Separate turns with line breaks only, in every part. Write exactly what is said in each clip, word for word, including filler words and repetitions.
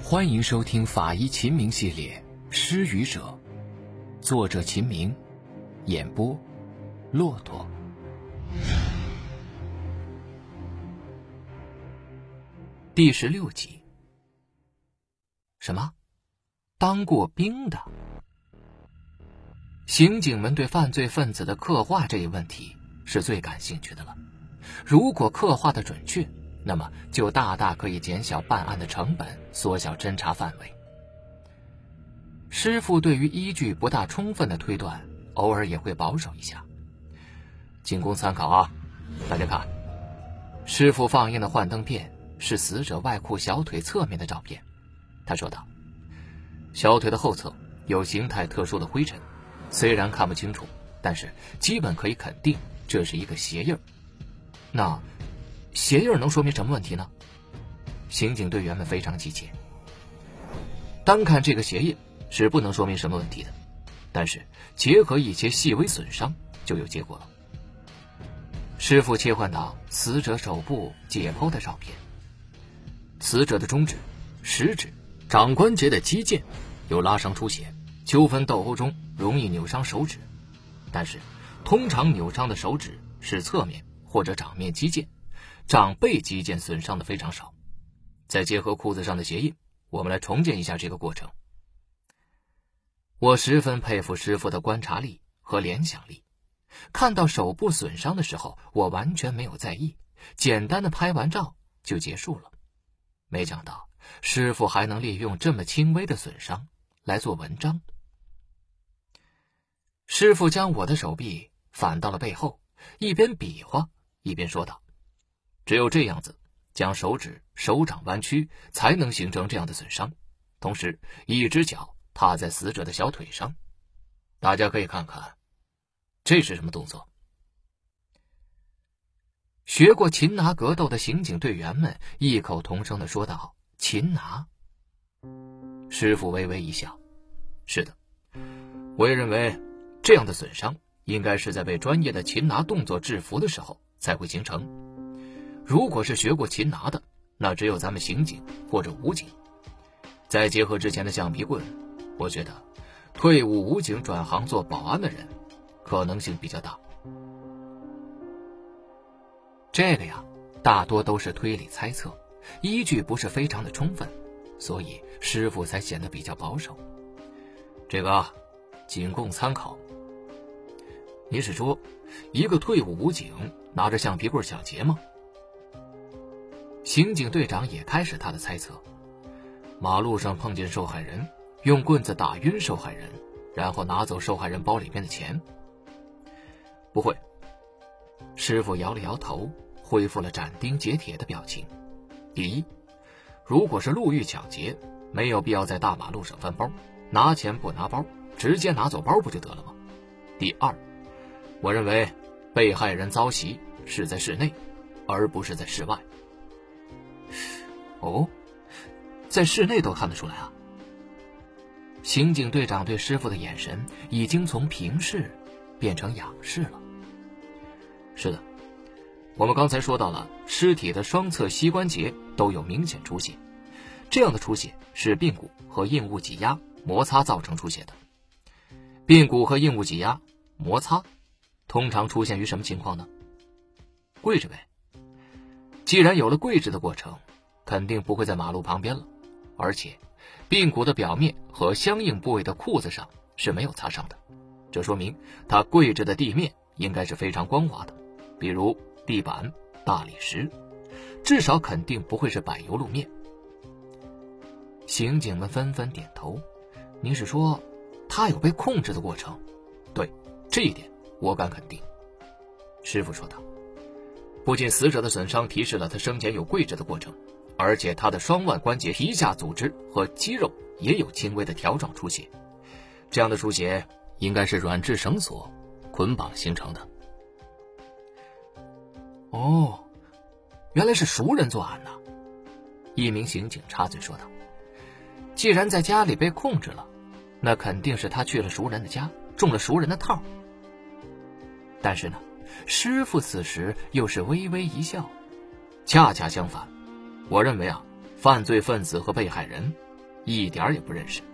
欢迎收听法医秦明系列《失语者》，作者秦明，演播骆驼。第十六集。什么？当过兵的？刑警们对犯罪分子的刻画这一问题是最感兴趣的了。如果刻画的准确，那么就大大可以减小办案的成本，缩小侦查范围。师傅对于依据不大充分的推断，偶尔也会保守一下，仅供参考啊。大家看，师傅放映的幻灯片是死者外裤小腿侧面的照片。他说道，小腿的后侧有形态特殊的灰尘，虽然看不清楚，但是基本可以肯定这是一个鞋印。那鞋印能说明什么问题呢？刑警队员们非常急切。单看这个鞋印是不能说明什么问题的，但是结合一些细微损伤就有结果了。师傅切换到死者手部解剖的照片，死者的中指、食指、掌关节的肌腱有拉伤出血，纠纷斗殴中容易扭伤手指，但是通常扭伤的手指是侧面或者掌面肌腱，掌背肌腱损伤的非常少。再结合裤子上的鞋印，我们来重建一下这个过程。我十分佩服师傅的观察力和联想力。看到手部损伤的时候，我完全没有在意，简单的拍完照就结束了。没想到师傅还能利用这么轻微的损伤来做文章。师傅将我的手臂反到了背后，一边比划一边说道，只有这样子，将手指、手掌弯曲，才能形成这样的损伤。同时，一只脚踏在死者的小腿上。大家可以看看，这是什么动作？学过擒拿格斗的刑警队员们异口同声地说道：“擒拿。”师傅微微一笑：“是的，我也认为这样的损伤应该是在被专业的擒拿动作制服的时候才会形成。如果是学过擒拿的，那只有咱们刑警或者武警。再结合之前的橡皮棍，我觉得退伍武警转行做保安的人可能性比较大。”这个呀，大多都是推理猜测，依据不是非常的充分，所以师傅才显得比较保守。这个仅供参考。你是说一个退伍武警拿着橡皮棍抢劫吗？刑警队长也开始他的猜测。马路上碰见受害人，用棍子打晕受害人，然后拿走受害人包里面的钱。不会。师傅摇了摇头，恢复了斩钉截铁的表情。第一，如果是路遇抢劫，没有必要在大马路上翻包，拿钱不拿包，直接拿走包不就得了吗？第二，我认为被害人遭袭是在室内，而不是在室外。哦，在室内都看得出来啊。刑警队长对师傅的眼神已经从平视变成仰视了。是的，我们刚才说到了尸体的双侧膝关节都有明显出血，这样的出血是髌骨和硬物挤压摩擦造成出血的。髌骨和硬物挤压摩擦通常出现于什么情况呢？跪着呗。既然有了跪着的过程，肯定不会在马路旁边了，而且髌骨的表面和相应部位的裤子上是没有擦伤的，这说明他跪着的地面应该是非常光滑的，比如地板、大理石，至少肯定不会是柏油路面。刑警们纷纷点头。您是说他有被控制的过程？对，这一点我敢肯定。师傅说道，不仅死者的损伤提示了他生前有跪着的过程，而且他的双腕关节皮下组织和肌肉也有轻微的条状出血，这样的出血应该是软质绳索捆绑形成的。哦，原来是熟人作案呢。一名刑警插嘴说道，既然在家里被控制了，那肯定是他去了熟人的家，中了熟人的套。但是呢，师傅此时又是微微一笑。恰恰相反，我认为啊，犯罪分子和被害人一点也不认识。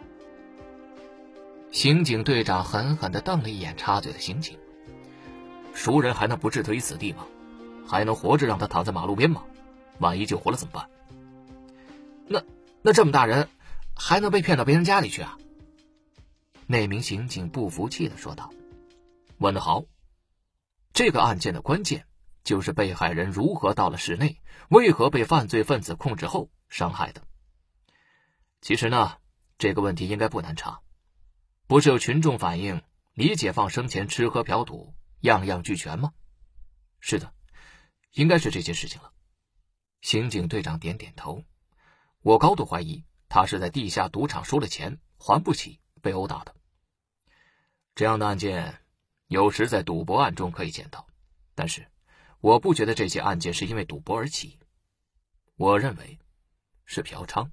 刑警队长狠狠地瞪了一眼插嘴的刑警，熟人还能不置他于死地吗？还能活着让他躺在马路边吗？万一救活了怎么办？那那这么大人还能被骗到别人家里去啊？那名刑警不服气地说道。问得好，这个案件的关键就是被害人如何到了室内，为何被犯罪分子控制后伤害的。其实呢，这个问题应该不难查。不是有群众反映李解放生前吃喝嫖赌样样俱全吗？是的，应该是这些事情了。刑警队长点点头。我高度怀疑他是在地下赌场输了钱还不起被殴打的。这样的案件有时在赌博案中可以见到，但是我不觉得这起案件是因为赌博而起，我认为是嫖娼。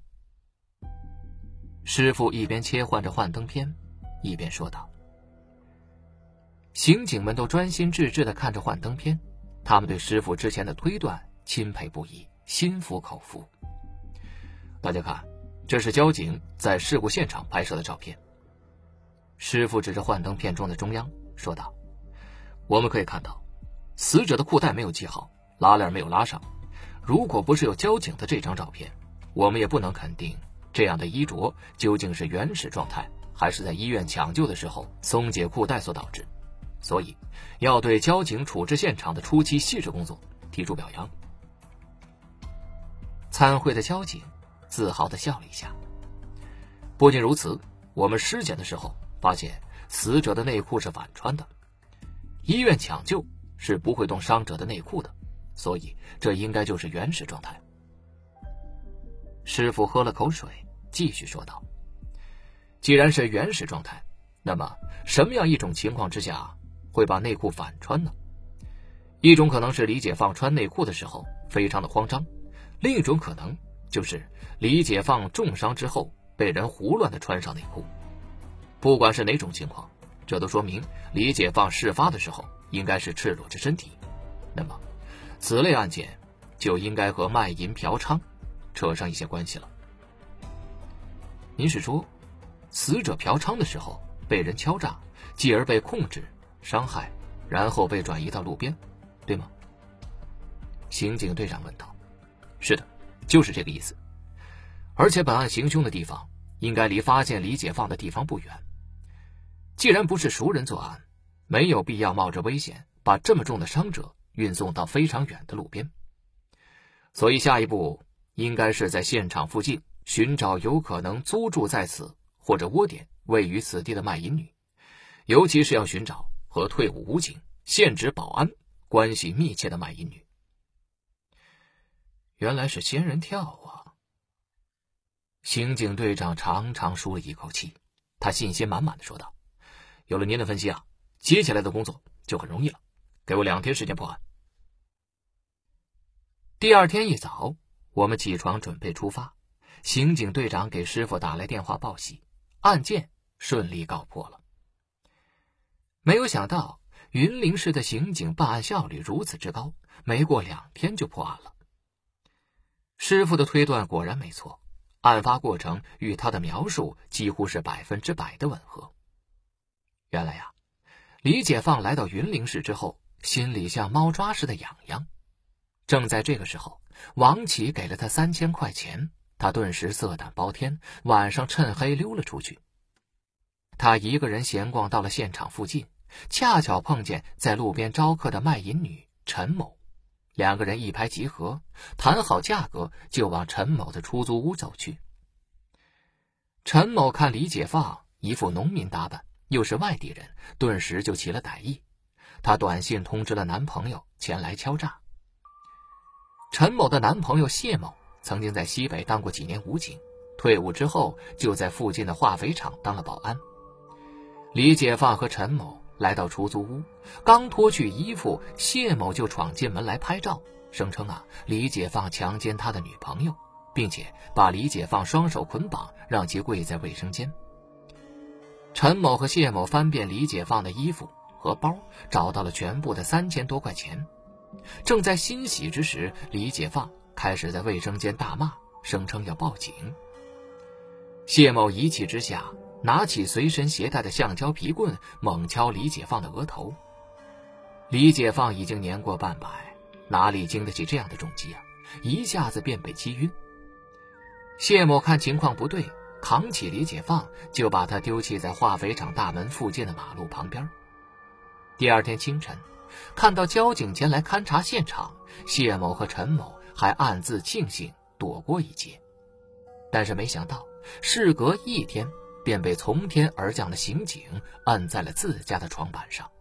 师傅一边切换着幻灯片一边说道。刑警们都专心致志地看着幻灯片，他们对师傅之前的推断钦佩不已，心服口服。大家看，这是交警在事故现场拍摄的照片。师傅指着幻灯片中的中央说道，我们可以看到死者的裤带没有系好，拉链没有拉上。如果不是有交警的这张照片，我们也不能肯定这样的衣着究竟是原始状态还是在医院抢救的时候松解裤带所导致。所以要对交警处置现场的初期细致工作提出表扬。参会的交警自豪地笑了一下。不仅如此，我们尸检的时候发现死者的内裤是反穿的，医院抢救是不会动伤者的内裤的，所以这应该就是原始状态。师傅喝了口水继续说道，既然是原始状态，那么什么样一种情况之下会把内裤反穿呢？一种可能是李解放穿内裤的时候非常的慌张，另一种可能就是李解放重伤之后被人胡乱的穿上内裤。不管是哪种情况，这都说明李解放事发的时候应该是赤裸着身体，那么此类案件就应该和卖淫嫖娼扯上一些关系了。您是说死者嫖娼的时候被人敲诈，继而被控制伤害，然后被转移到路边，对吗？刑警队长问道。是的，就是这个意思。而且本案行凶的地方应该离发现李解放的地方不远。既然不是熟人作案，没有必要冒着危险把这么重的伤者运送到非常远的路边。所以下一步应该是在现场附近寻找有可能租住在此或者窝点位于此地的卖淫女，尤其是要寻找和退伍武警、现职保安关系密切的卖淫女。原来是仙人跳啊！刑警队长长长舒了一口气，他信心满满的说道，有了您的分析啊，接下来的工作就很容易了，给我两天时间破案。第二天一早，我们起床准备出发，刑警队长给师傅打来电话报喜，案件顺利告破了。没有想到云林市的刑警办案效率如此之高，没过两天就破案了。师傅的推断果然没错，案发过程与他的描述几乎是百分之百的吻合。原来呀，李解放来到云林市之后，心里像猫抓似的痒痒。正在这个时候，王启给了他三千块钱，他顿时色胆包天，晚上趁黑溜了出去。他一个人闲逛到了现场附近，恰巧碰见在路边招客的卖淫女陈某，两个人一拍即合，谈好价格就往陈某的出租屋走去。陈某看李解放一副农民打扮，又是外地人，顿时就起了歹意，她短信通知了男朋友前来敲诈。陈某的男朋友谢某曾经在西北当过几年武警，退伍之后就在附近的化肥厂当了保安。李解放和陈某来到出租屋，刚脱去衣服，谢某就闯进门来拍照，声称啊李解放强奸他的女朋友，并且把李解放双手捆绑，让其跪在卫生间。陈某和谢某翻遍李解放的衣服和包，找到了全部的三千多块钱。正在欣喜之时，李解放开始在卫生间大骂，声称要报警。 谢某一气之下，拿起随身携带的橡胶皮棍，猛敲李解放的额头。李解放已经年过半百，哪里经得起这样的重击啊，一下子便被击晕。谢某看情况不对，扛起李解放，就把他丢弃在化肥厂大门附近的马路旁边。第二天清晨，看到交警前来勘察现场，谢某和陈某还暗自庆幸躲过一劫。但是没想到，事隔一天，便被从天而降的刑警摁在了自家的床板上。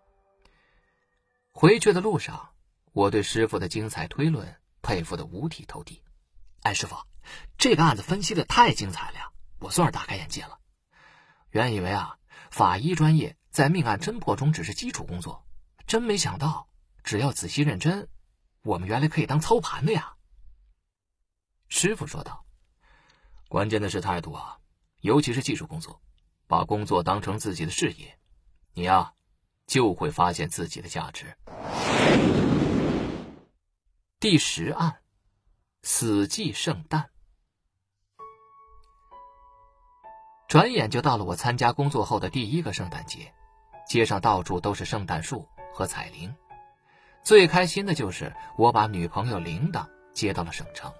回去的路上，我对师傅的精彩推论佩服得五体投地。哎，师傅，这个案子分析的太精彩了呀，我算是大开眼界了。原以为啊，法医专业在命案侦破中只是基础工作，真没想到，只要仔细认真，我们原来可以当操盘的呀。师傅说道：关键的是态度啊，尤其是技术工作，把工作当成自己的事业，你啊，就会发现自己的价值。第十案，死祭圣诞。转眼就到了我参加工作后的第一个圣诞节，街上到处都是圣诞树和彩铃。最开心的就是我把女朋友铃铛接到了省城。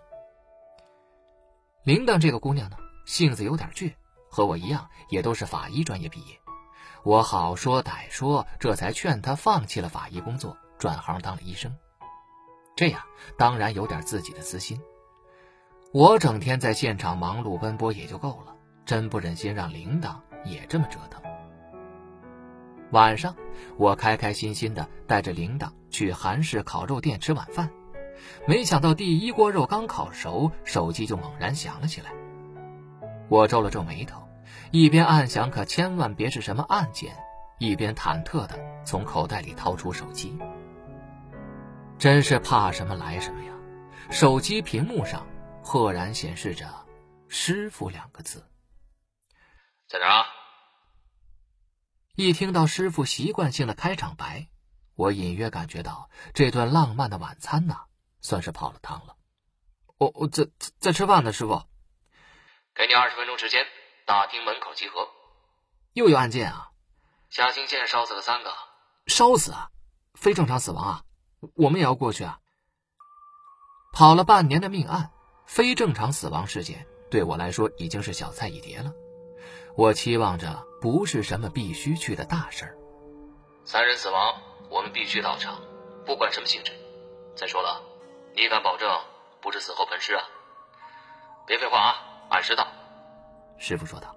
铃铛这个姑娘呢，性子有点倔，和我一样也都是法医专业毕业。我好说歹说，这才劝她放弃了法医工作，转行当了医生。这样当然有点自己的私心。我整天在现场忙碌奔波也就够了，真不忍心让铃铛也这么折腾。晚上，我开开心心地带着铃铛去韩式烤肉店吃晚饭，没想到第一锅肉刚烤熟，手机就猛然响了起来。我皱了皱眉头，一边暗想可千万别是什么案件，一边忐忑地从口袋里掏出手机。真是怕什么来什么呀，手机屏幕上赫然显示着师傅两个字。在哪儿啊？一听到师傅习惯性的开场白，我隐约感觉到这顿浪漫的晚餐呐、啊，算是泡了汤了。我我在在吃饭呢，师傅。给你二十分钟时间，大厅门口集合。又有案件啊？下兴县烧死了三个。烧死啊？非正常死亡啊？我们也要过去啊。跑了半年的命案，非正常死亡事件对我来说已经是小菜一碟了。我期望着不是什么必须去的大事儿。三人死亡，我们必须到场，不管什么性质。再说了，你敢保证不是死后焚尸啊？别废话啊，按时到。师傅说道。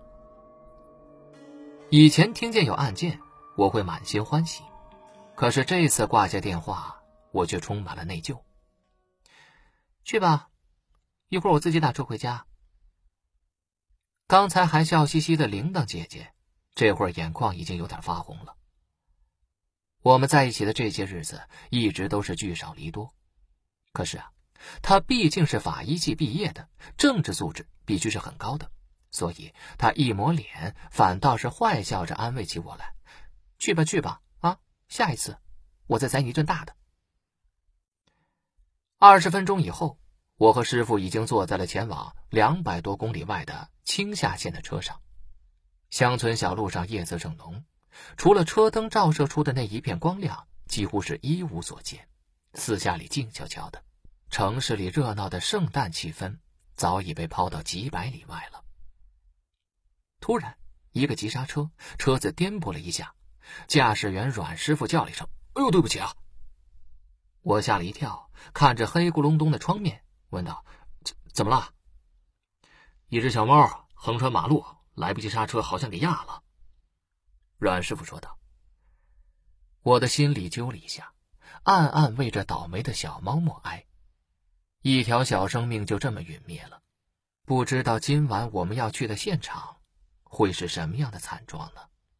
以前听见有案件，我会满心欢喜，可是这次挂下电话，我却充满了内疚。去吧，一会儿我自己打车回家。刚才还笑嘻嘻的铃铛姐姐，这会儿眼眶已经有点发红了。我们在一起的这些日子，一直都是聚少离多。可是啊，她毕竟是法医系毕业的，政治素质必须是很高的，所以她一抹脸，反倒是坏笑着安慰起我来：去吧去吧，啊，下一次我再宰你一顿大的。二十分钟以后，我和师傅已经坐在了前往两百多公里外的青下县的车上。乡村小路上夜色正浓，除了车灯照射出的那一片光亮，几乎是一无所见。四下里静悄悄的，城市里热闹的圣诞气氛早已被抛到几百里外了。突然，一个急刹车，车子颠簸了一下，驾驶员阮师傅叫了一声：“哎呦，对不起啊！”我吓了一跳，看着黑咕隆咚的窗面，问道：“怎怎么了？”一只小猫横穿马路，来不及刹车，好像给压了。阮师傅说道。我的心里揪了一下，暗暗为这倒霉的小猫默哀。一条小生命就这么殒灭了，不知道今晚我们要去的现场会是什么样的惨状呢？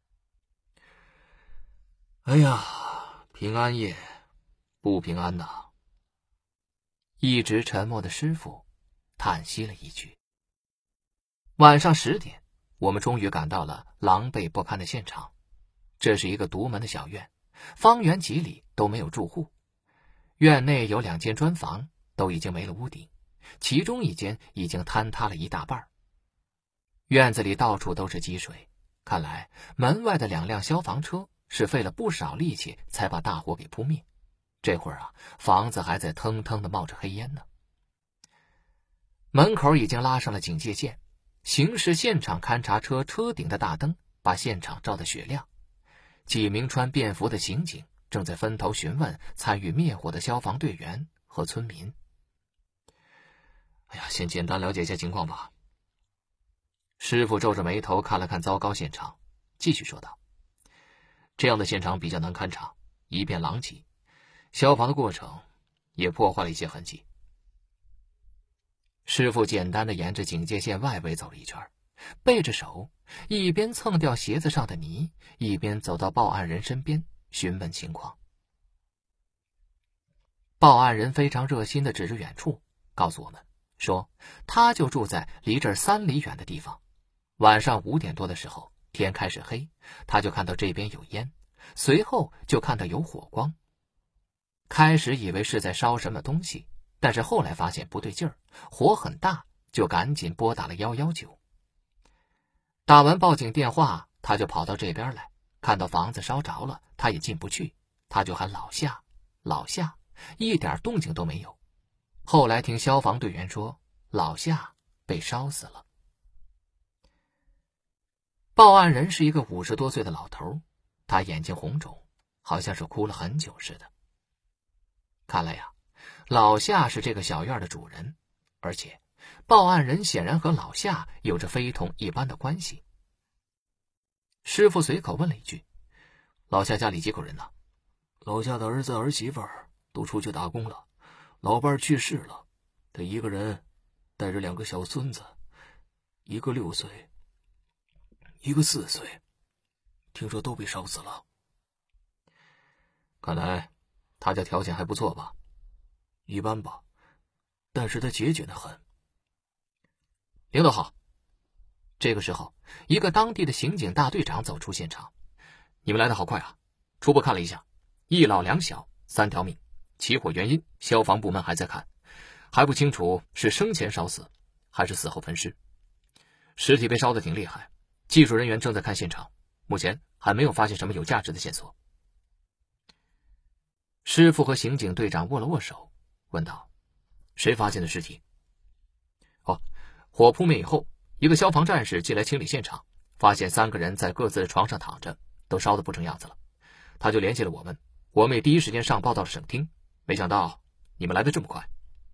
哎呀，平安夜不平安呐！一直沉默的师傅叹息了一句。晚上十点，我们终于赶到了狼狈不堪的现场。这是一个独门的小院，方圆几里都没有住户。院内有两间砖房，都已经没了屋顶，其中一间已经坍塌了一大半。 院子里到处都是积水，看来门外的两辆消防车是费了不少力气才把大火给扑灭。这会儿啊，房子还在腾腾的冒着黑烟呢。门口已经拉上了警戒线，刑事现场勘查车车顶的大灯把现场照得雪亮。几名穿便服的刑警正在分头询问参与灭火的消防队员和村民。哎呀，先简单了解一下情况吧。师傅皱着眉头看了看糟糕现场，继续说道：这样的现场比较难勘察，一片狼藉，消防的过程也破坏了一些痕迹。师傅简单的沿着警戒线外围走了一圈，背着手，一边蹭掉鞋子上的泥，一边走到报案人身边询问情况。报案人非常热心的指着远处，告诉我们说他就住在离这儿三里远的地方。晚上五点多的时候，天开始黑，他就看到这边有烟，随后就看到有火光。开始以为是在烧什么东西，但是后来发现不对劲儿，火很大，就赶紧拨打了一一九。打完报警电话，他就跑到这边来，看到房子烧着了，他也进不去，他就喊老夏老夏，一点动静都没有。后来听消防队员说，老夏被烧死了。报案人是一个五十多岁的老头，他眼睛红肿，好像是哭了很久似的。看来呀，老夏是这个小院的主人，而且报案人显然和老夏有着非同一般的关系。师傅随口问了一句：老夏家里几口人呢？
老夏的儿子儿媳妇儿都出去打工了，老伴去世了，他一个人带着两个小孙子，一个六岁，一个四岁，听说都被烧死了。
看来他家条件还不错吧？
一般吧，但是他节俭得很。
领导好。这个时候，一个当地的刑警大队长走出现场。你们来得好快啊！初步看了一下，一老两小，三条命。起火原因，消防部门还在看，还不清楚是生前烧死，还是死后焚尸。尸体被烧得挺厉害，技术人员正在看现场，目前还没有发现什么有价值的线索。师傅和刑警队长握了握手，问道：谁发现的尸体？哦，火扑灭以后，一个消防战士进来清理现场，发现三个人在各自的床上躺着，都烧得不成样子了。他就联系了我们，我们也第一时间上报到了省厅，没想到你们来得这么快。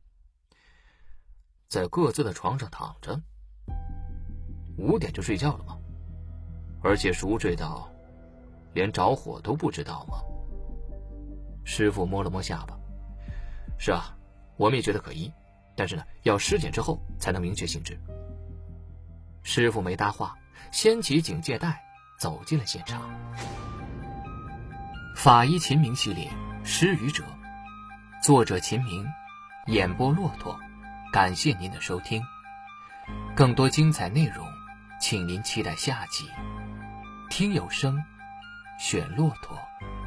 在各自的床上躺着，五点就睡觉了吗？而且熟睡到连着火都不知道吗？师傅摸了摸下巴。是啊，我们也觉得可疑，但是呢，要尸检之后才能明确性质。师傅没搭话，掀起警戒带走进了现场。法医秦明系列《失语者》，作者秦明，演播骆驼。感谢您的收听，更多精彩内容请您期待下集。听有声选骆驼。